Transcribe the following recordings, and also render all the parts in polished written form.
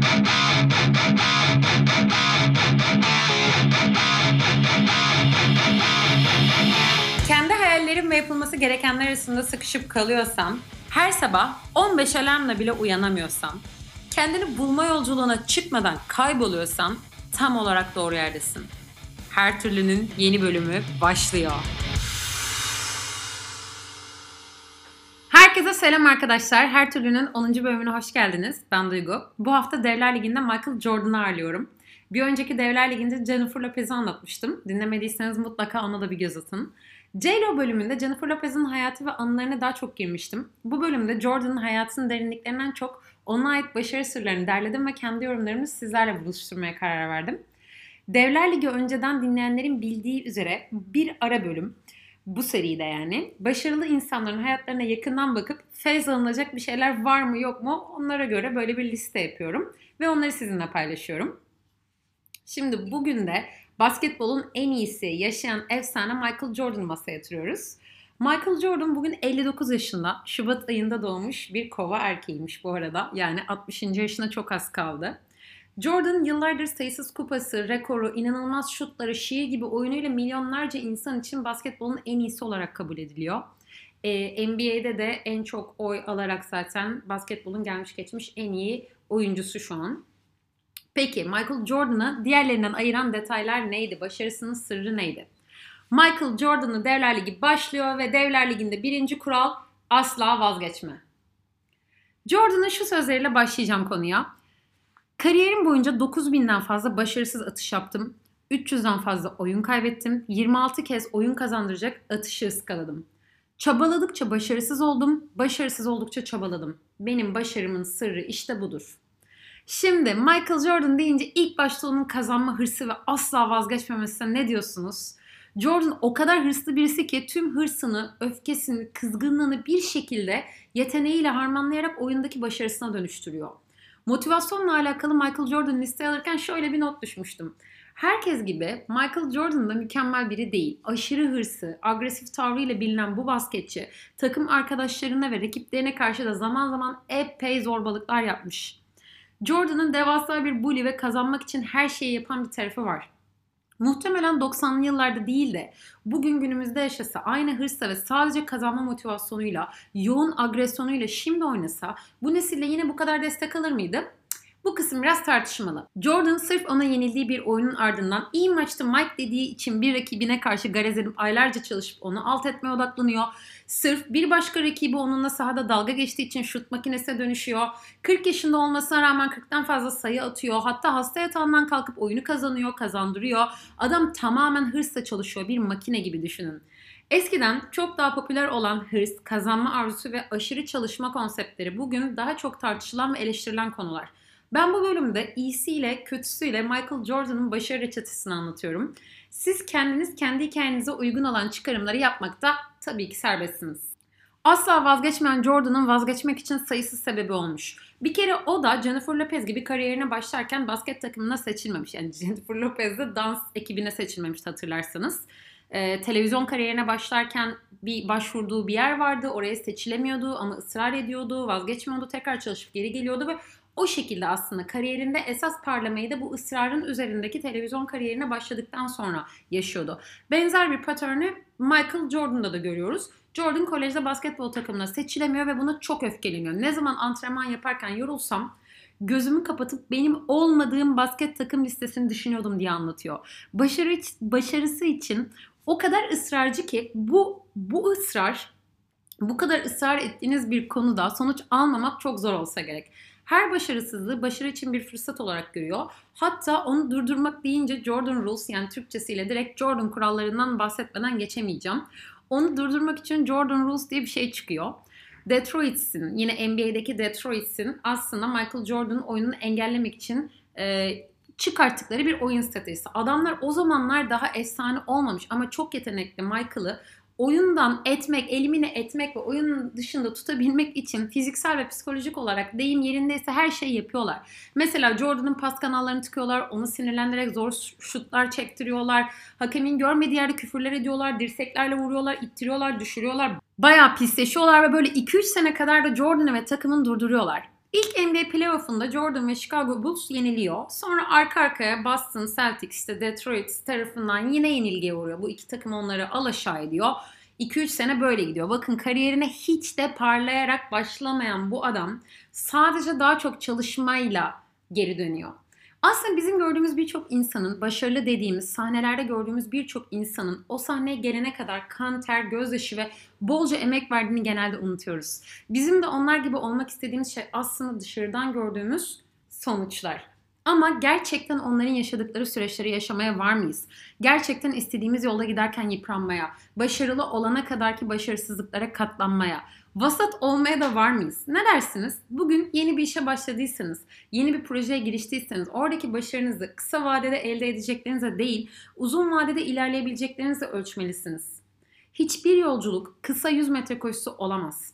Kendi hayallerim ve yapılması gerekenler arasında sıkışıp kalıyorsam, her sabah 15 alarmla bile uyanamıyorsam, kendini bulma yolculuğuna çıkmadan kayboluyorsan tam olarak doğru yerdesin. Her Türlü'nün yeni bölümü başlıyor. Herkese selam arkadaşlar. Her Türlü'nün 10. bölümüne hoş geldiniz. Ben Duygu. Bu hafta Devler Ligi'nde Michael Jordan'ı ağırlıyorum. Bir önceki Devler Ligi'nde Jennifer Lopez'i anlatmıştım. Dinlemediyseniz mutlaka ona da bir göz atın. J.Lo bölümünde Jennifer Lopez'in hayatı ve anılarına daha çok girmiştim. Bu bölümde Jordan'ın hayatının derinliklerinden çok ona ait başarı sırlarını derledim ve kendi yorumlarımı sizlerle buluşturmaya karar verdim. Devler Ligi önceden dinleyenlerin bildiği üzere bir ara bölüm. Bu seride yani. Başarılı insanların hayatlarına yakından bakıp feyz alınacak bir şeyler var mı yok mu onlara göre böyle bir liste yapıyorum. Ve onları sizinle paylaşıyorum. Şimdi bugün de basketbolun en iyisi yaşayan efsane Michael Jordan'ı masaya yatırıyoruz. Michael Jordan bugün 59 yaşında, Şubat ayında doğmuş bir kova erkeğiymiş bu arada. Yani 60. yaşına çok az kaldı. Jordan yıllardır sayısız kupası, rekoru, inanılmaz şutları, şiir gibi oyunuyla milyonlarca insan için basketbolun en iyisi olarak kabul ediliyor. NBA'de de en çok oy alarak zaten basketbolun gelmiş geçmiş en iyi oyuncusu şu an. Peki Michael Jordan'ı diğerlerinden ayıran detaylar neydi? Başarısının sırrı neydi? Michael Jordan'ı Devler Ligi başlıyor ve Devler Ligi'nde birinci kural asla vazgeçme. Jordan'ın şu sözleriyle başlayacağım konuya. Kariyerim boyunca 9000'den fazla başarısız atış yaptım. 300'den fazla oyun kaybettim. 26 kez oyun kazandıracak atışı ıskaladım. Çabaladıkça başarısız oldum. Başarısız oldukça çabaladım. Benim başarımın sırrı işte budur. Şimdi Michael Jordan deyince ilk başta onun kazanma hırsı ve asla vazgeçmemesine ne diyorsunuz? Jordan o kadar hırslı birisi ki tüm hırsını, öfkesini, kızgınlığını bir şekilde yeteneğiyle harmanlayarak oyundaki başarısına dönüştürüyor. Motivasyonla alakalı Michael Jordan listeye alırken şöyle bir not düşmüştüm. Herkes gibi Michael Jordan da mükemmel biri değil. Aşırı hırsı, agresif tavrıyla bilinen bu basketçi takım arkadaşlarına ve rakiplerine karşı da zaman zaman epey zorbalıklar yapmış. Jordan'ın devasa bir bully ve kazanmak için her şeyi yapan bir tarafı var. Muhtemelen 90'lı yıllarda değil de bugün günümüzde yaşasa aynı hırsla ve sadece kazanma motivasyonuyla, yoğun agresyonuyla şimdi oynasa bu nesille yine bu kadar destek alır mıydı? Bu kısım biraz tartışmalı. Jordan sırf ona yenildiği bir oyunun ardından iyi maçtı Mike dediği için bir rakibine karşı garez edip aylarca çalışıp onu alt etmeye odaklanıyor. Sırf bir başka rakibi onunla sahada dalga geçtiği için şut makinesine dönüşüyor. 40 yaşında olmasına rağmen 40'tan fazla sayı atıyor. Hatta hasta yatağından kalkıp oyunu kazanıyor, kazandırıyor. Adam tamamen hırsla çalışıyor. Bir makine gibi düşünün. Eskiden çok daha popüler olan hırs, kazanma arzusu ve aşırı çalışma konseptleri bugün daha çok tartışılan ve eleştirilen konular. Ben bu bölümde iyisiyle kötüsüyle Michael Jordan'ın başarı reçetesini anlatıyorum. Siz kendiniz kendi hikayenize uygun olan çıkarımları yapmakta tabii ki serbestsiniz. Asla vazgeçmeyen Jordan'ın vazgeçmek için sayısız sebebi olmuş. Bir kere o da Jennifer Lopez gibi kariyerine başlarken basket takımına seçilmemiş. Yani Jennifer Lopez de dans ekibine seçilmemiş hatırlarsanız. Televizyon kariyerine başlarken bir başvurduğu bir yer vardı. Oraya seçilemiyordu ama ısrar ediyordu, vazgeçmiyordu, tekrar çalışıp geri geliyordu ve o şekilde aslında kariyerinde esas parlamayı da bu ısrarın üzerindeki televizyon kariyerine başladıktan sonra yaşıyordu. Benzer bir paternü Michael Jordan'da da görüyoruz. Jordan kolejde basketbol takımına seçilemiyor ve buna çok öfkeleniyor. Ne zaman antrenman yaparken yorulsam gözümü kapatıp benim olmadığım basket takım listesini düşünüyordum diye anlatıyor. Başarısı için o kadar ısrarcı ki bu ısrar, bu kadar ısrar ettiğiniz bir konuda sonuç almamak çok zor olsa gerek. Her başarısızlığı başarı için bir fırsat olarak görüyor. Hatta onu durdurmak deyince Jordan Rules, yani Türkçesiyle direkt Jordan kurallarından bahsetmeden geçemeyeceğim. Onu durdurmak için Jordan Rules diye bir şey çıkıyor. Detroit'sin, yine NBA'deki Detroit'sin aslında Michael Jordan'ın oyununu engellemek için çıkarttıkları bir oyun stratejisi. Adamlar o zamanlar daha efsane olmamış ama çok yetenekli Michael'ı oyundan etmek, elimine etmek ve oyunun dışında tutabilmek için fiziksel ve psikolojik olarak deyim yerindeyse her şeyi yapıyorlar. Mesela Jordan'ın pas kanallarını tıkıyorlar, onu sinirlendirerek zor şutlar çektiriyorlar, hakemin görmediği yerde küfürler ediyorlar, dirseklerle vuruyorlar, ittiriyorlar, düşürüyorlar. Bayağı pisleşiyorlar ve böyle 2-3 sene kadar da Jordan'ı ve takımını durduruyorlar. İlk NBA playoff'unda Jordan ve Chicago Bulls yeniliyor. Sonra arka arkaya Boston Celtics, işte Detroit tarafından yine yenilgiye uğruyor. Bu iki takım onları alaşağı ediyor. 2-3 sene böyle gidiyor. Bakın, kariyerine hiç de parlayarak başlamayan bu adam sadece daha çok çalışmayla geri dönüyor. Aslında bizim gördüğümüz birçok insanın, başarılı dediğimiz sahnelerde gördüğümüz birçok insanın o sahneye gelene kadar kan, ter, gözyaşı ve bolca emek verdiğini genelde unutuyoruz. Bizim de onlar gibi olmak istediğimiz şey aslında dışarıdan gördüğümüz sonuçlar. Ama gerçekten onların yaşadıkları süreçleri yaşamaya var mıyız? Gerçekten istediğimiz yolda giderken yıpranmaya, başarılı olana kadarki başarısızlıklara katlanmaya, vasat olmaya da var mıyız? Ne dersiniz? Bugün yeni bir işe başladıysanız, yeni bir projeye giriştiyseniz oradaki başarınızı kısa vadede elde edeceklerinize değil, uzun vadede ilerleyebileceklerinizle ölçmelisiniz. Hiçbir yolculuk kısa 100 metre koşusu olamaz.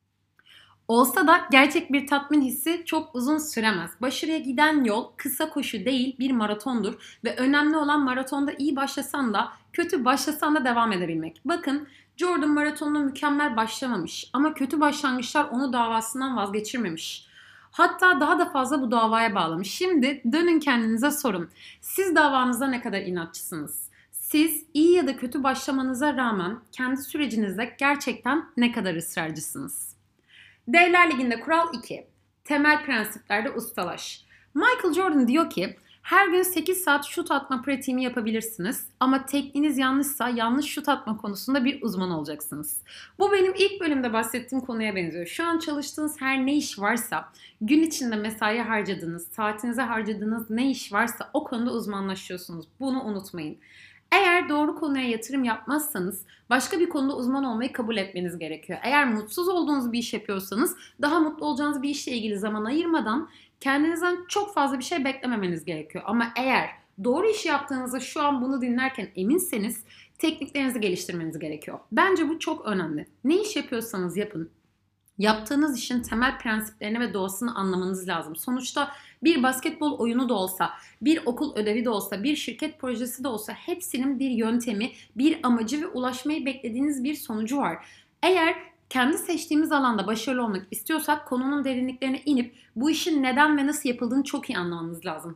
Olsa da gerçek bir tatmin hissi çok uzun süremez. Başarıya giden yol kısa koşu değil, bir maratondur ve önemli olan maratonda iyi başlasan da kötü başlasan da devam edebilmek. Bakın, Jordan maratonuna mükemmel başlamamış ama kötü başlangıçlar onu davasından vazgeçirmemiş. Hatta daha da fazla bu davaya bağlamış. Şimdi dönün kendinize sorun. Siz davanızda ne kadar inatçısınız? Siz iyi ya da kötü başlamanıza rağmen kendi sürecinizde gerçekten ne kadar ısrarcısınız? Devler Ligi'nde kural 2. Temel prensiplerde ustalaş. Michael Jordan diyor ki, her gün 8 saat şut atma pratiğini yapabilirsiniz ama tekniğiniz yanlışsa yanlış şut atma konusunda bir uzman olacaksınız. Bu benim ilk bölümde bahsettiğim konuya benziyor. Şu an çalıştığınız her ne iş varsa, gün içinde mesai harcadığınız, saatinize harcadığınız ne iş varsa o konuda uzmanlaşıyorsunuz. Bunu unutmayın. Eğer doğru konuya yatırım yapmazsanız başka bir konuda uzman olmayı kabul etmeniz gerekiyor. Eğer mutsuz olduğunuz bir iş yapıyorsanız daha mutlu olacağınız bir işle ilgili zaman ayırmadan kendinizden çok fazla bir şey beklememeniz gerekiyor. Ama eğer doğru işi yaptığınızda şu an bunu dinlerken eminseniz tekniklerinizi geliştirmeniz gerekiyor. Bence bu çok önemli. Ne iş yapıyorsanız yapın. Yaptığınız işin temel prensiplerini ve doğasını anlamanız lazım. Sonuçta bir basketbol oyunu da olsa, bir okul ödevi de olsa, bir şirket projesi de olsa hepsinin bir yöntemi, bir amacı ve ulaşmayı beklediğiniz bir sonucu var. Eğer kendi seçtiğimiz alanda başarılı olmak istiyorsak konunun derinliklerine inip bu işin neden ve nasıl yapıldığını çok iyi anlamamız lazım.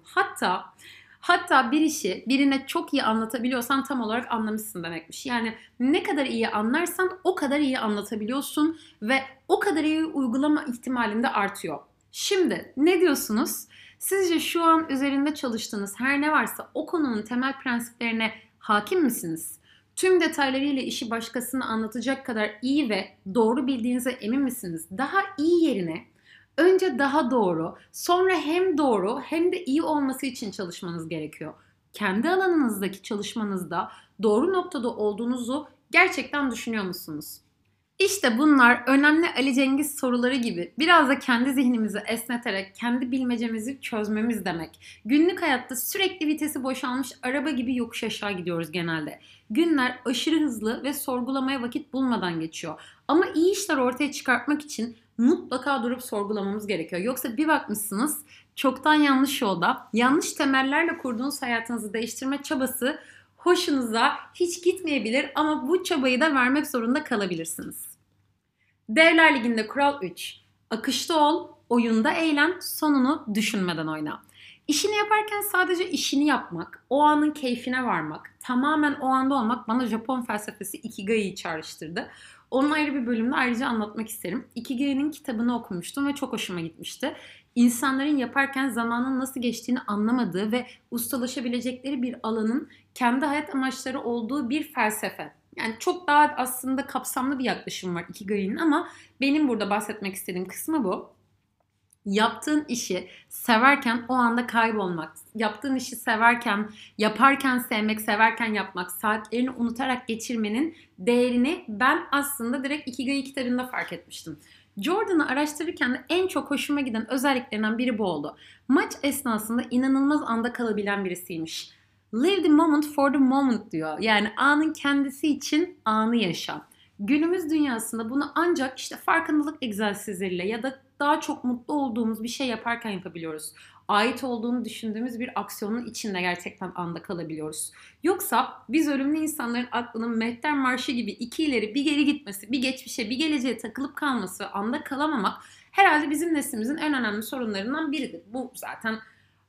Hatta bir işi birine çok iyi anlatabiliyorsan tam olarak anlamışsın demekmiş. Yani ne kadar iyi anlarsan o kadar iyi anlatabiliyorsun ve o kadar iyi uygulama ihtimalin de artıyor. Şimdi ne diyorsunuz? Sizce şu an üzerinde çalıştığınız her ne varsa o konunun temel prensiplerine hakim misiniz? Tüm detaylarıyla işi başkasına anlatacak kadar iyi ve doğru bildiğinize emin misiniz? Daha iyi yerine önce daha doğru, sonra hem doğru hem de iyi olması için çalışmanız gerekiyor. Kendi alanınızdaki çalışmanızda doğru noktada olduğunuzu gerçekten düşünüyor musunuz? İşte bunlar önemli Ali Cengiz soruları gibi biraz da kendi zihnimizi esneterek kendi bilmecemizi çözmemiz demek. Günlük hayatta sürekli vitesi boşalmış araba gibi yokuş aşağı gidiyoruz genelde. Günler aşırı hızlı ve sorgulamaya vakit bulmadan geçiyor. Ama iyi işler ortaya çıkartmak için mutlaka durup sorgulamamız gerekiyor. Yoksa bir bakmışsınız çoktan yanlış yolda, yanlış temellerle kurduğunuz hayatınızı değiştirme çabası hoşunuza hiç gitmeyebilir ama bu çabayı da vermek zorunda kalabilirsiniz. Devler Ligi'nde kural 3. Akışta ol, oyunda eğlen, sonunu düşünmeden oyna. İşini yaparken sadece işini yapmak, o anın keyfine varmak, tamamen o anda olmak bana Japon felsefesi Ikigai'yi çağrıştırdı. Onun ayrı bir bölümde ayrıca anlatmak isterim. Ikigai'nin kitabını okumuştum ve çok hoşuma gitmişti. İnsanların yaparken zamanın nasıl geçtiğini anlamadığı ve ustalaşabilecekleri bir alanın kendi hayat amaçları olduğu bir felsefe. Yani çok daha aslında kapsamlı bir yaklaşım var Ikigai'nin ama benim burada bahsetmek istediğim kısmı bu. Yaptığın işi severken o anda kaybolmak, yaptığın işi severken, yaparken sevmek, severken yapmak, saatlerini unutarak geçirmenin değerini ben aslında direkt Ikigai kitabında fark etmiştim. Jordan'ı araştırırken de en çok hoşuma giden özelliklerinden biri bu oldu. Maç esnasında inanılmaz anda kalabilen birisiymiş. Live the moment for the moment diyor. Yani anın kendisi için anı yaşa. Günümüz dünyasında bunu ancak işte farkındalık egzersizleriyle ya da daha çok mutlu olduğumuz bir şey yaparken yapabiliyoruz. ait olduğunu düşündüğümüz bir aksiyonun içinde gerçekten anda kalabiliyoruz. Yoksa biz ölümlü insanların aklının Mehter Marşı gibi iki ileri bir geri gitmesi, bir geçmişe bir geleceğe takılıp kalması ve anda kalamamak herhalde bizim neslimizin en önemli sorunlarından biridir. Bu zaten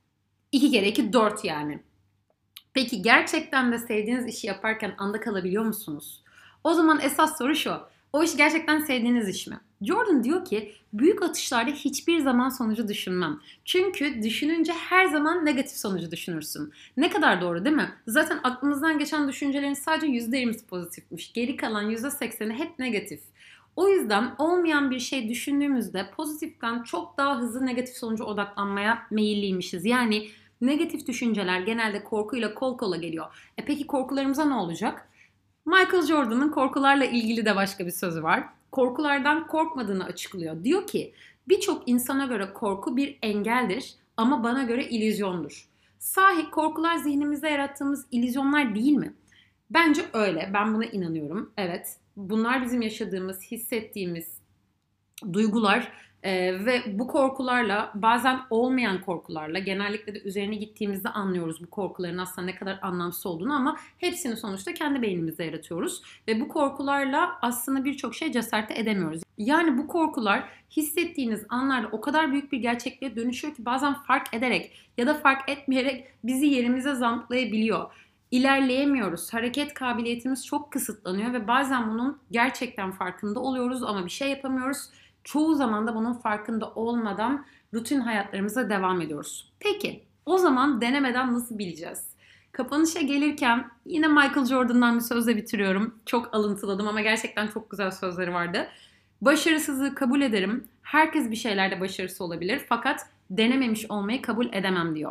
2 kere 2 4 yani. Peki gerçekten de sevdiğiniz işi yaparken anda kalabiliyor musunuz? O zaman esas soru şu. O iş gerçekten sevdiğiniz iş mi? Jordan diyor ki büyük atışlarda hiçbir zaman sonucu düşünmem. Çünkü düşününce her zaman negatif sonucu düşünürsün. Ne kadar doğru değil mi? Zaten aklımızdan geçen düşüncelerin sadece %20'si pozitifmiş. Geri kalan %80'i hep negatif. O yüzden olmayan bir şey düşündüğümüzde pozitiften çok daha hızlı negatif sonuca odaklanmaya meyilliymişiz. Yani negatif düşünceler genelde korkuyla kol kola geliyor. Peki korkularımıza ne olacak? Michael Jordan'ın korkularla ilgili de başka bir sözü var. Korkulardan korkmadığını açıklıyor. Diyor ki birçok insana göre korku bir engeldir ama bana göre illüzyondur. Sahi korkular zihnimizde yarattığımız illüzyonlar değil mi? Bence öyle. Ben buna inanıyorum. Evet. Bunlar bizim yaşadığımız, hissettiğimiz duygular ve bu korkularla bazen olmayan korkularla genellikle de üzerine gittiğimizde anlıyoruz bu korkuların aslında ne kadar anlamsız olduğunu ama hepsini sonuçta kendi beynimizde yaratıyoruz ve bu korkularla aslında birçok şey cesaret edemiyoruz. Yani bu korkular hissettiğiniz anlarda o kadar büyük bir gerçekliğe dönüşüyor ki bazen fark ederek ya da fark etmeyerek bizi yerimize zamplayabiliyor. İlerleyemiyoruz. Hareket kabiliyetimiz çok kısıtlanıyor ve bazen bunun gerçekten farkında oluyoruz ama bir şey yapamıyoruz. Çoğu zaman da bunun farkında olmadan rutin hayatlarımıza devam ediyoruz. Peki o zaman denemeden nasıl bileceğiz? Kapanışa gelirken yine Michael Jordan'dan bir sözle bitiriyorum. Çok alıntıladım ama gerçekten çok güzel sözleri vardı. Başarısızlığı kabul ederim. Herkes bir şeylerde başarısı olabilir fakat denememiş olmayı kabul edemem diyor.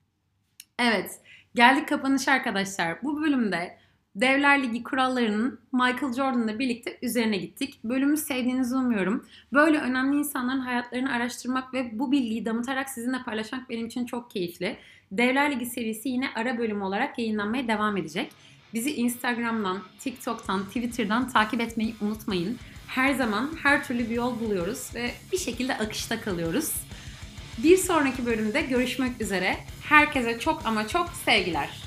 Evet, geldik kapanışa arkadaşlar. Bu bölümde Devler Ligi kurallarının Michael Jordan'la birlikte üzerine gittik. Bölümü sevdiğinizi umuyorum. Böyle önemli insanların hayatlarını araştırmak ve bu bilgiyi damıtarak sizinle paylaşmak benim için çok keyifli. Devler Ligi serisi yine ara bölüm olarak yayınlanmaya devam edecek. Bizi Instagram'dan, TikTok'tan, Twitter'dan takip etmeyi unutmayın. Her zaman her türlü bir yol buluyoruz ve bir şekilde akışta kalıyoruz. Bir sonraki bölümde görüşmek üzere. Herkese çok ama çok sevgiler.